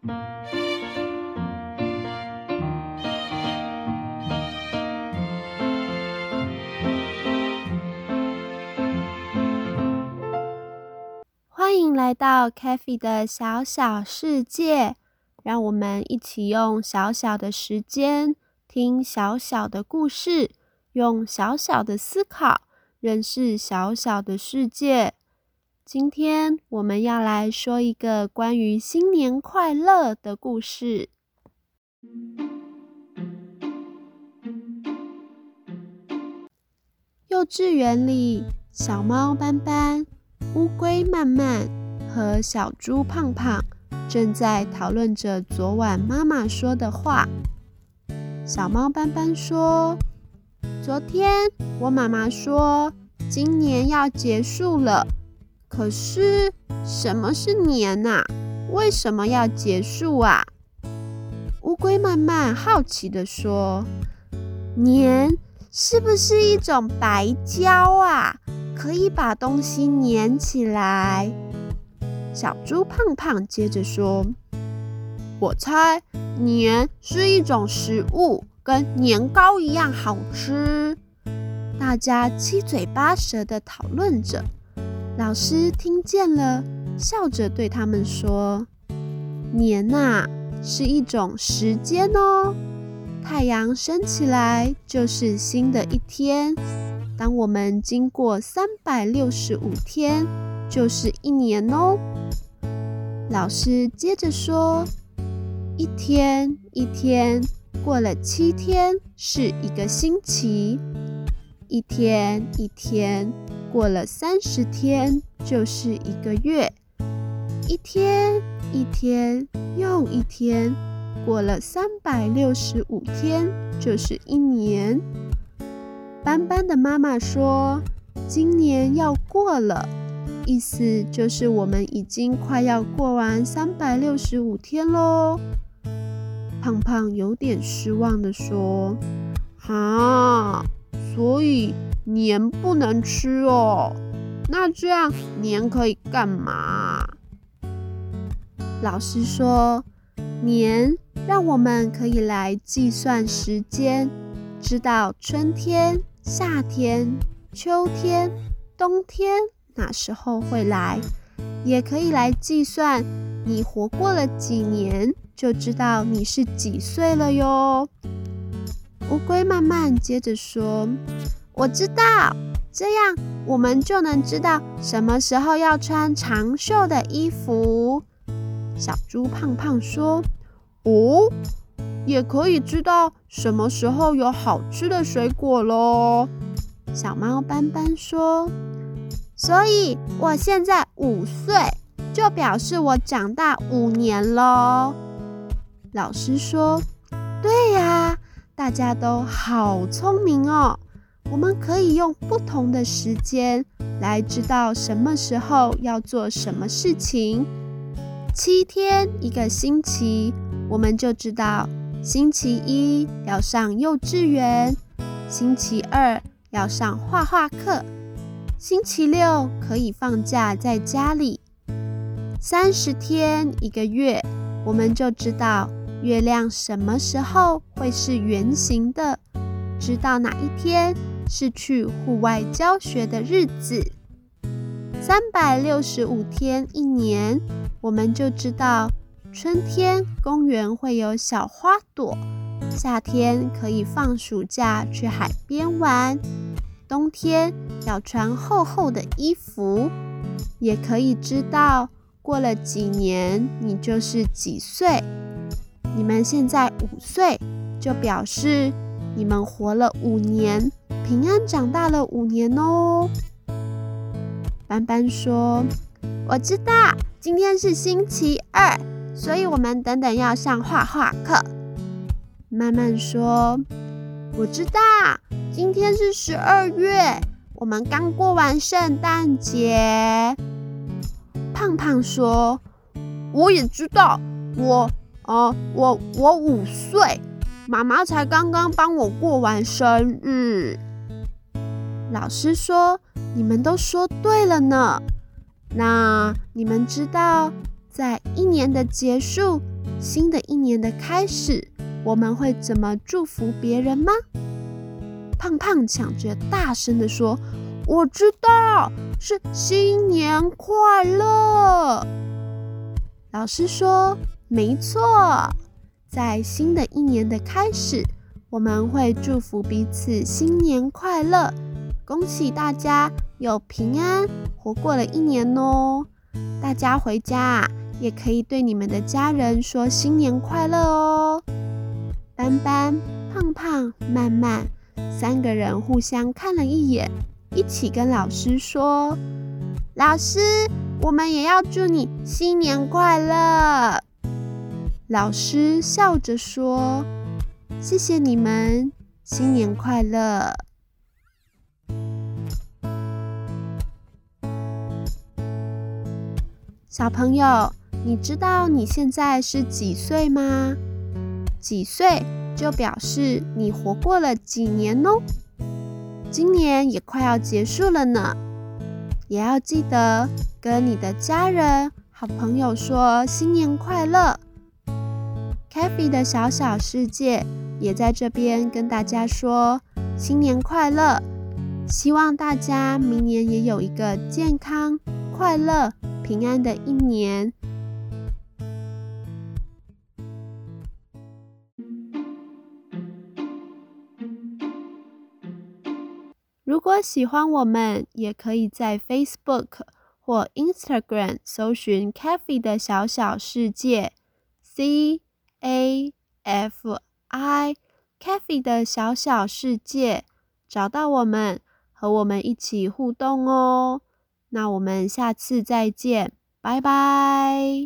欢迎来到 Kathy 的小小世界，让我们一起用小小的时间听小小的故事，用小小的思考认识小小的世界。今天我们要来说一个关于新年快乐的故事。幼稚园里，小猫斑斑、乌龟慢慢和小猪胖胖正在讨论着昨晚妈妈说的话。小猫斑斑说：“昨天我妈妈说今年要结束了，可是什么是年啊？为什么要结束啊？”乌龟慢慢好奇地说：“年是不是一种白胶啊？可以把东西粘起来。”小猪胖胖接着说：“我猜年是一种食物，跟年糕一样好吃。”大家七嘴八舌地讨论着。老师听见了，笑着对他们说：“年啊，是一种时间哦。太阳升起来就是新的一天。当我们经过365天，就是一年哦。”老师接着说：“一天一天，过了7天是一个星期；一天一天，过了30天就是一个月；一天一天又一天，过了365天就是一年。”斑斑的妈妈说：“今年要过了。”意思就是我们已经快要过完365天咯。胖胖有点失望地说：“所以年不能吃哦？那这样年可以干嘛？”老师说：“年让我们可以来计算时间，知道春天、夏天、秋天、冬天哪时候会来，也可以来计算你活过了几年，就知道你是几岁了哟。”乌龟慢慢接着说：“我知道，这样我们就能知道什么时候要穿长袖的衣服。”小猪胖胖说：“哦，也可以知道什么时候有好吃的水果咯。”小猫斑斑说：“所以我现在5岁，就表示我长大5年咯。”老师说：“对呀，大家都好聪明哦。我们可以用不同的时间来知道什么时候要做什么事情。7天一个星期，我们就知道星期1要上幼稚园，星期2要上画画课，星期6可以放假在家里。30天一个月，我们就知道月亮什么时候会是圆形的，知道哪一天是去户外教学的日子。365天一年，我们就知道春天公园会有小花朵，夏天可以放暑假去海边玩，冬天要穿厚厚的衣服，也可以知道过了几年你就是几岁。你们现在5岁，就表示你们活了5年，平安长大了5年哦。”斑斑说：“我知道，今天是星期2，所以我们等等要上画画课。”慢慢说：“我知道，今天是12月，我们刚过完圣诞节。”胖胖说：“我也知道，我5岁，妈妈才刚刚帮我过完生日。”老师说：“你们都说对了呢。那你们知道在一年的结束，新的一年的开始，我们会怎么祝福别人吗？胖胖抢着大声地说：我知道，是新年快乐。老师说，没错，在新的一年的开始，我们会祝福彼此新年快乐，恭喜大家有平安活过了一年哦。大家回家也可以对你们的家人说新年快乐哦。斑斑、胖胖、曼曼三个人互相看了一眼，一起跟老师说：老师，我们也要祝你新年快乐。老师笑着说：谢谢你们，新年快乐。小朋友，你知道你现在是几岁吗？几岁就表示你活过了几年哦。今年也快要结束了呢，也要记得跟你的家人、好朋友说新年快乐。Kathy 的小小世界也在这边跟大家说新年快乐，希望大家明年也有一个健康、快乐、平安的一年。如果喜欢我们，也可以在 Facebook 或 Instagram 搜寻 Kathy 的小小世界 CAFI Kathy 的小小世界，找到我们，和我们一起互动哦。那我们下次再见，拜拜。